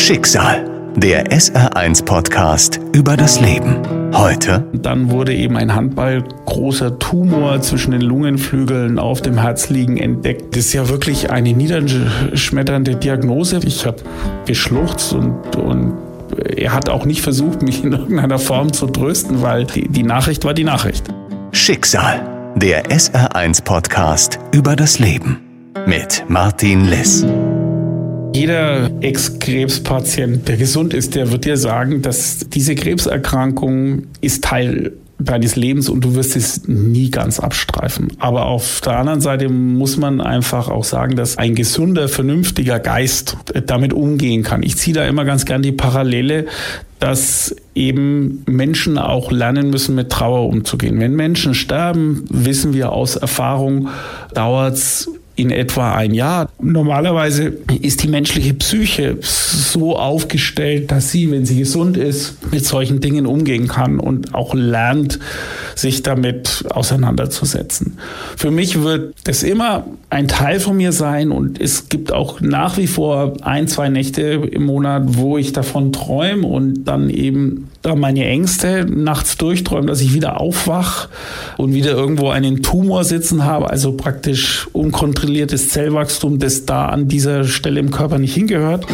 Schicksal, der SR1-Podcast über das Leben. Heute: Dann wurde eben ein handballgroßer Tumor zwischen den Lungenflügeln auf dem Herz liegen entdeckt. Das ist ja wirklich eine niederschmetternde Diagnose. Ich habe geschluchzt und er hat auch nicht versucht, mich in irgendeiner Form zu trösten, weil die Nachricht war die Nachricht. Schicksal, der SR1-Podcast über das Leben mit Martin Liss. Jeder Ex-Krebspatient, der gesund ist, der wird dir sagen, dass diese Krebserkrankung ist Teil deines Lebens und du wirst es nie ganz abstreifen. Aber auf der anderen Seite muss man einfach auch sagen, dass ein gesunder, vernünftiger Geist damit umgehen kann. Ich ziehe da immer ganz gern die Parallele, dass eben Menschen auch lernen müssen, mit Trauer umzugehen. Wenn Menschen sterben, wissen wir aus Erfahrung, dauert's in etwa ein Jahr. Normalerweise ist die menschliche Psyche so aufgestellt, dass sie, wenn sie gesund ist, mit solchen Dingen umgehen kann und auch lernt, sich damit auseinanderzusetzen. Für mich wird das immer ein Teil von mir sein und es gibt auch nach wie vor 1-2 Nächte im Monat, wo ich davon träume und dann eben meine Ängste nachts durchträume, dass ich wieder aufwach und wieder irgendwo einen Tumor sitzen habe, also praktisch unkontrolliertes Zellwachstum, das da an dieser Stelle im Körper nicht hingehört.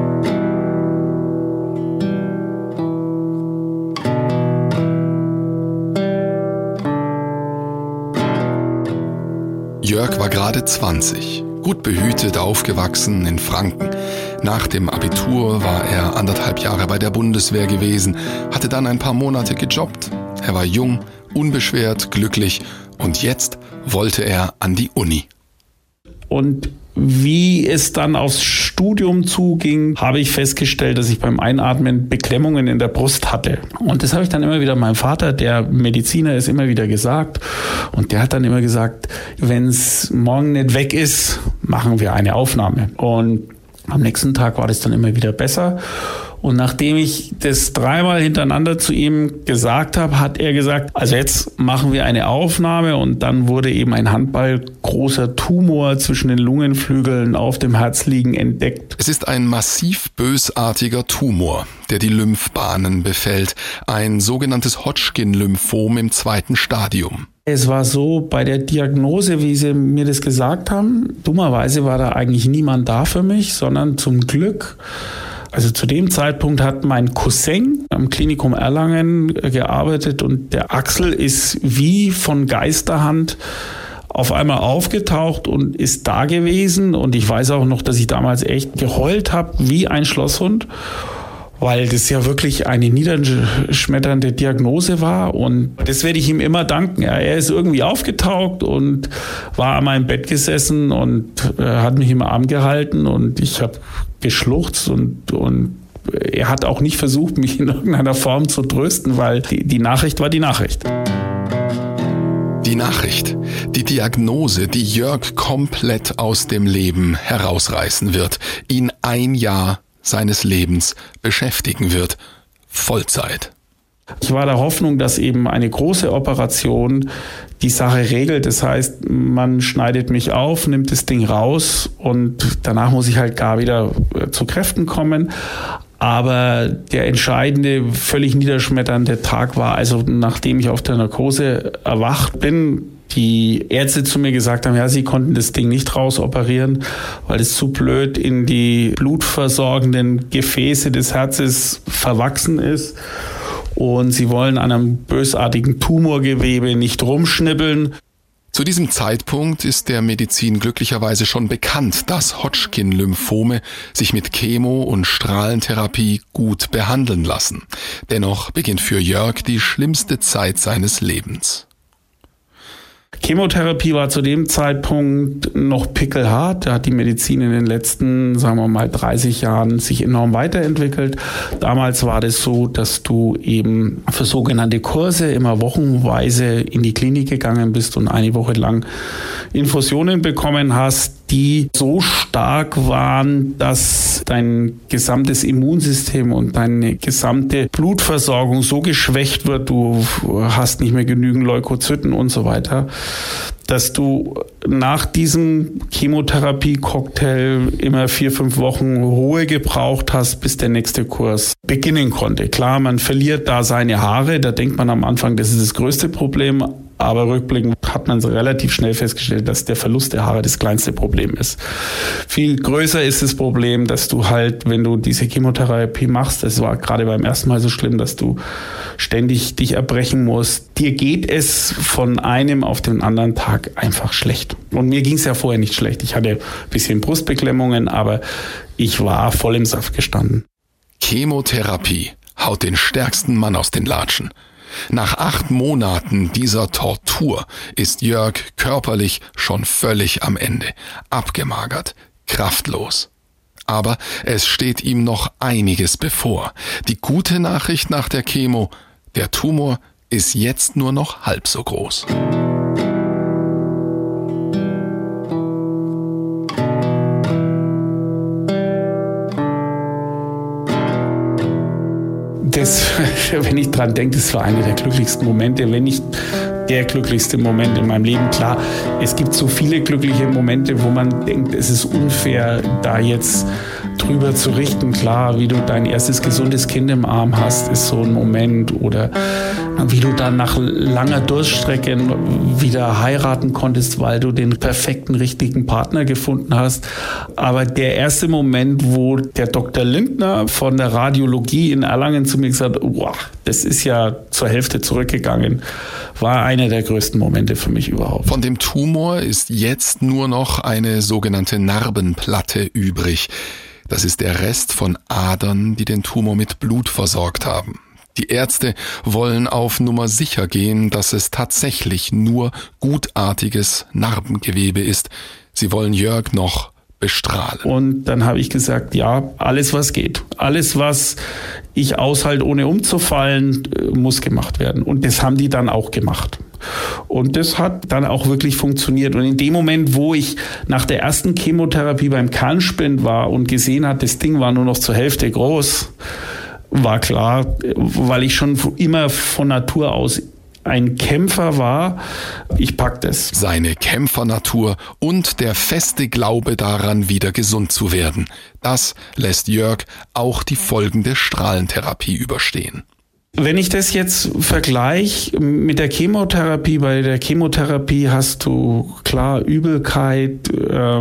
Jörg war gerade 20, gut behütet aufgewachsen in Franken. Nach dem Abitur war er 1,5 Jahre bei der Bundeswehr gewesen, hatte dann ein paar Monate gejobbt. Er war jung, unbeschwert, glücklich und jetzt wollte er an die Uni. Und wie es dann aufs Studium zuging, habe ich festgestellt, dass ich beim Einatmen Beklemmungen in der Brust hatte. Und das habe ich dann immer wieder meinem Vater, der Mediziner ist, immer wieder gesagt. Und der hat dann immer gesagt, wenn es morgen nicht weg ist, machen wir eine Aufnahme. Und am nächsten Tag war das dann immer wieder besser. Und nachdem ich das 3-mal hintereinander zu ihm gesagt habe, hat er gesagt, also jetzt machen wir eine Aufnahme. Und dann wurde eben ein handballgroßer Tumor zwischen den Lungenflügeln auf dem Herz liegen entdeckt. Es ist ein massiv bösartiger Tumor, der die Lymphbahnen befällt. Ein sogenanntes Hodgkin-Lymphom im 2. Stadium. Es war so, bei der Diagnose, wie sie mir das gesagt haben, dummerweise war da eigentlich niemand da für mich, sondern zum Glück, also zu dem Zeitpunkt hat mein Cousin am Klinikum Erlangen gearbeitet und der Axel ist wie von Geisterhand auf einmal aufgetaucht und ist da gewesen. Und ich weiß auch noch, dass ich damals echt geheult habe wie ein Schlosshund, weil das ja wirklich eine niederschmetternde Diagnose war. Und das werde ich ihm immer danken. Er ist irgendwie aufgetaucht und war an meinem Bett gesessen und hat mich im Arm gehalten und ich habe geschluchzt und er hat auch nicht versucht, mich in irgendeiner Form zu trösten, weil die Nachricht war die Nachricht. Die Nachricht, die Diagnose, die Jörg komplett aus dem Leben herausreißen wird, ihn ein Jahr seines Lebens beschäftigen wird. Vollzeit. Ich war der Hoffnung, dass eben eine große Operation die Sache regelt. Das heißt, man schneidet mich auf, nimmt das Ding raus und danach muss ich halt gar wieder zu Kräften kommen. Aber der entscheidende, völlig niederschmetternde Tag war, also nachdem ich auf der Narkose erwacht bin, die Ärzte zu mir gesagt haben, ja, sie konnten das Ding nicht rausoperieren, weil es zu blöd in die blutversorgenden Gefäße des Herzens verwachsen ist. Und sie wollen an einem bösartigen Tumorgewebe nicht rumschnibbeln. Zu diesem Zeitpunkt ist der Medizin glücklicherweise schon bekannt, dass Hodgkin-Lymphome sich mit Chemo- und Strahlentherapie gut behandeln lassen. Dennoch beginnt für Jörg die schlimmste Zeit seines Lebens. Chemotherapie war zu dem Zeitpunkt noch pickelhart. Da hat die Medizin in den letzten, sagen wir mal, 30 Jahren sich enorm weiterentwickelt. Damals war das so, dass du eben für sogenannte Kurse immer wochenweise in die Klinik gegangen bist und eine Woche lang Infusionen bekommen hast. die so stark waren, dass dein gesamtes Immunsystem und deine gesamte Blutversorgung so geschwächt wird, du hast nicht mehr genügend Leukozyten und so weiter, dass du nach diesem Chemotherapie-Cocktail immer 4-5 Wochen Ruhe gebraucht hast, bis der nächste Kurs beginnen konnte. Klar, man verliert da seine Haare, da denkt man am Anfang, das ist das größte Problem, aber rückblickend hat man relativ schnell festgestellt, dass der Verlust der Haare das kleinste Problem ist. Viel größer ist das Problem, dass du halt, wenn du diese Chemotherapie machst, das war gerade beim ersten Mal so schlimm, dass du ständig dich erbrechen musst. Dir geht es von einem auf den anderen Tag einfach schlecht. Und mir ging es ja vorher nicht schlecht. Ich hatte ein bisschen Brustbeklemmungen, aber ich war voll im Saft gestanden. Chemotherapie haut den stärksten Mann aus den Latschen. Nach 8 Monaten dieser Tortur ist Jörg körperlich schon völlig am Ende, abgemagert, kraftlos. Aber es steht ihm noch einiges bevor. Die gute Nachricht nach der Chemo: der Tumor ist jetzt nur noch halb so groß. Wenn ich dran denke, das war einer der glücklichsten Momente, wenn nicht der glücklichste Moment in meinem Leben. Klar, es gibt so viele glückliche Momente, wo man denkt, es ist unfair, da jetzt drüber zu richten. Klar, wie du dein erstes gesundes Kind im Arm hast, ist so ein Moment. Oder wie du dann nach langer Durststrecke wieder heiraten konntest, weil du den perfekten, richtigen Partner gefunden hast. Aber der erste Moment, wo der Dr. Lindner von der Radiologie in Erlangen zu mir gesagt hat, wow, das ist ja zur Hälfte zurückgegangen, war einer der größten Momente für mich überhaupt. Von dem Tumor ist jetzt nur noch eine sogenannte Narbenplatte übrig. Das ist der Rest von Adern, die den Tumor mit Blut versorgt haben. Die Ärzte wollen auf Nummer sicher gehen, dass es tatsächlich nur gutartiges Narbengewebe ist. Sie wollen Jörg noch bestrahlen. Und dann habe ich gesagt, ja, alles was geht. Alles, was ich aushalte, ohne umzufallen, muss gemacht werden. Und das haben die dann auch gemacht. Und das hat dann auch wirklich funktioniert. Und in dem Moment, wo ich nach der ersten Chemotherapie beim Kernspind war und gesehen hat, das Ding war nur noch zur Hälfte groß, war klar, weil ich schon immer von Natur aus ein Kämpfer war, ich pack das. Seine Kämpfernatur und der feste Glaube daran, wieder gesund zu werden, das lässt Jörg auch die Folgen der Strahlentherapie überstehen. Wenn ich das jetzt vergleiche mit der Chemotherapie, bei der Chemotherapie hast du klar Übelkeit,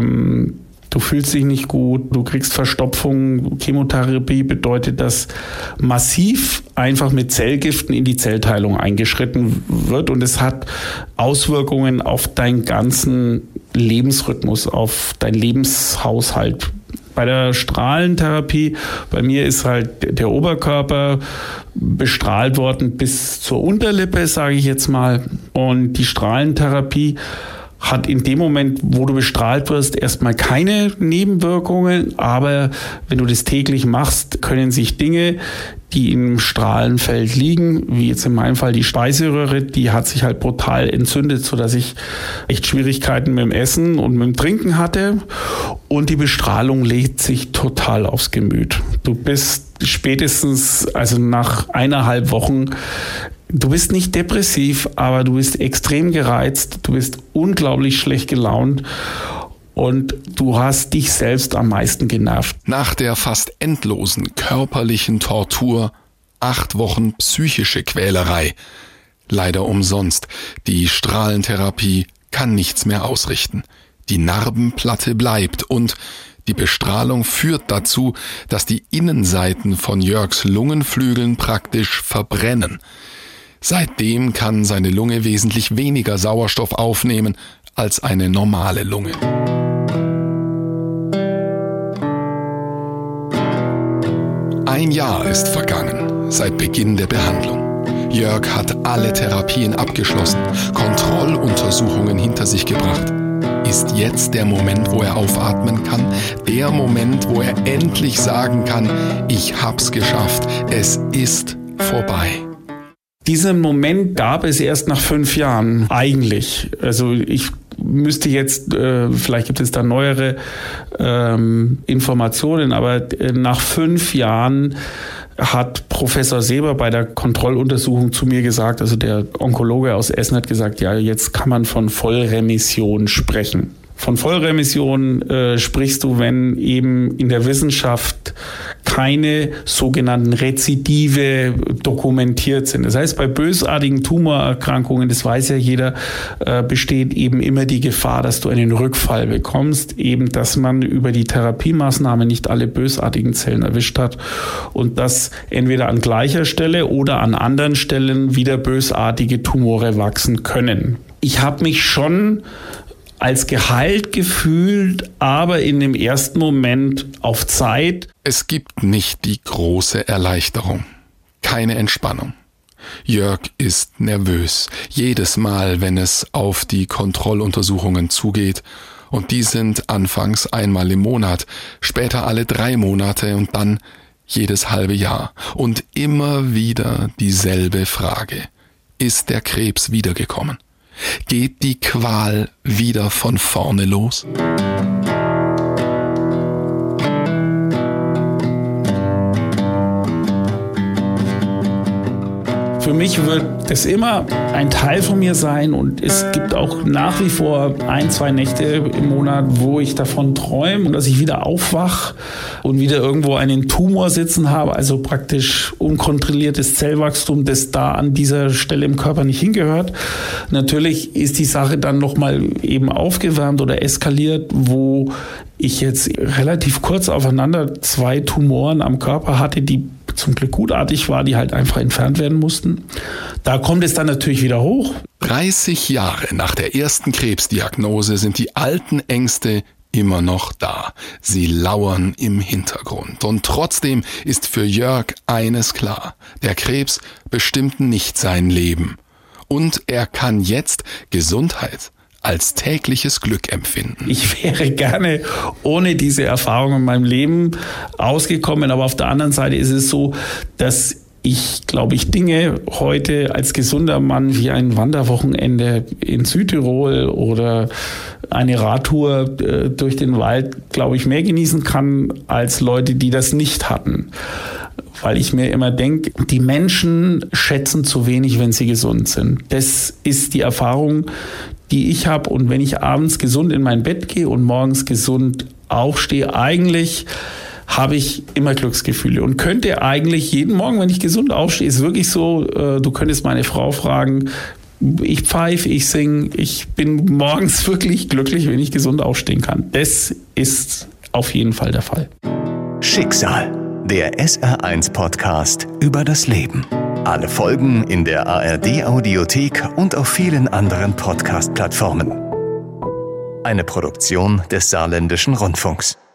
du fühlst dich nicht gut, du kriegst Verstopfung. Chemotherapie bedeutet, dass massiv einfach mit Zellgiften in die Zellteilung eingeschritten wird und es hat Auswirkungen auf deinen ganzen Lebensrhythmus, auf deinen Lebenshaushalt. Bei der Strahlentherapie, bei mir ist halt der Oberkörper bestrahlt worden bis zur Unterlippe, sage ich jetzt mal. Und die Strahlentherapie hat in dem Moment, wo du bestrahlt wirst, erstmal keine Nebenwirkungen, aber wenn du das täglich machst, können sich Dinge, die im Strahlenfeld liegen, wie jetzt in meinem Fall die Speiseröhre, die hat sich halt brutal entzündet, sodass ich echt Schwierigkeiten mit dem Essen und mit dem Trinken hatte. Und die Bestrahlung legt sich total aufs Gemüt. Du bist spätestens, also nach 1,5 Wochen, du bist nicht depressiv, aber du bist extrem gereizt, du bist unglaublich schlecht gelaunt und du hast dich selbst am meisten genervt. Nach der fast endlosen körperlichen Tortur 8 Wochen psychische Quälerei. Leider umsonst. Die Strahlentherapie kann nichts mehr ausrichten. Die Narbenplatte bleibt und die Bestrahlung führt dazu, dass die Innenseiten von Jörgs Lungenflügeln praktisch verbrennen. Seitdem kann seine Lunge wesentlich weniger Sauerstoff aufnehmen als eine normale Lunge. Ein Jahr ist vergangen seit Beginn der Behandlung. Jörg hat alle Therapien abgeschlossen, Kontrolluntersuchungen hinter sich gebracht. Ist jetzt der Moment, wo er aufatmen kann? Der Moment, wo er endlich sagen kann, ich hab's geschafft, es ist vorbei. Diesen Moment gab es erst nach 5 Jahren, eigentlich. Also ich müsste jetzt, vielleicht gibt es da neuere Informationen, aber nach 5 Jahren hat Professor Seber bei der Kontrolluntersuchung zu mir gesagt, also der Onkologe aus Essen hat gesagt, ja, jetzt kann man von Vollremission sprechen. Von Vollremission sprichst du, wenn eben in der Wissenschaft keine sogenannten Rezidive dokumentiert sind. Das heißt, bei bösartigen Tumorerkrankungen, das weiß ja jeder, besteht eben immer die Gefahr, dass du einen Rückfall bekommst, eben, dass man über die Therapiemaßnahme nicht alle bösartigen Zellen erwischt hat und dass entweder an gleicher Stelle oder an anderen Stellen wieder bösartige Tumore wachsen können. Ich habe mich schon als geheilt gefühlt, aber in dem ersten Moment auf Zeit. Es gibt nicht die große Erleichterung, keine Entspannung. Jörg ist nervös, jedes Mal, wenn es auf die Kontrolluntersuchungen zugeht. Und die sind anfangs einmal im Monat, später alle 3 Monate und dann jedes halbe Jahr. Und immer wieder dieselbe Frage. Ist der Krebs wiedergekommen? Geht die Qual wieder von vorne los? Für mich wird das immer ein Teil von mir sein und es gibt auch nach wie vor 1-2 Nächte im Monat, wo ich davon träume und dass ich wieder aufwach und wieder irgendwo einen Tumor sitzen habe, also praktisch unkontrolliertes Zellwachstum, das da an dieser Stelle im Körper nicht hingehört. Natürlich ist die Sache dann nochmal eben aufgewärmt oder eskaliert, wo ich jetzt relativ kurz aufeinander 2 Tumoren am Körper hatte, die zum Glück gutartig war, die halt einfach entfernt werden mussten. Da kommt es dann natürlich wieder hoch. 30 Jahre nach der ersten Krebsdiagnose sind die alten Ängste immer noch da. Sie lauern im Hintergrund. Und trotzdem ist für Jörg eines klar: Der Krebs bestimmt nicht sein Leben. Und er kann jetzt Gesundheit als tägliches Glück empfinden. Ich wäre gerne ohne diese Erfahrung in meinem Leben ausgekommen, aber auf der anderen Seite ist es so, dass ich, glaube ich, Dinge heute als gesunder Mann wie ein Wanderwochenende in Südtirol oder eine Radtour durch den Wald, glaube ich, mehr genießen kann als Leute, die das nicht hatten. Weil ich mir immer denke, die Menschen schätzen zu wenig, wenn sie gesund sind. Das ist die Erfahrung, die ich habe. Und wenn ich abends gesund in mein Bett gehe und morgens gesund aufstehe, eigentlich habe ich immer Glücksgefühle und könnte eigentlich jeden Morgen, wenn ich gesund aufstehe, ist wirklich so, du könntest meine Frau fragen, ich pfeife, ich singe, ich bin morgens wirklich glücklich, wenn ich gesund aufstehen kann. Das ist auf jeden Fall der Fall. Schicksal, der SR1-Podcast über das Leben. Alle Folgen in der ARD-Audiothek und auf vielen anderen Podcast-Plattformen. Eine Produktion des Saarländischen Rundfunks.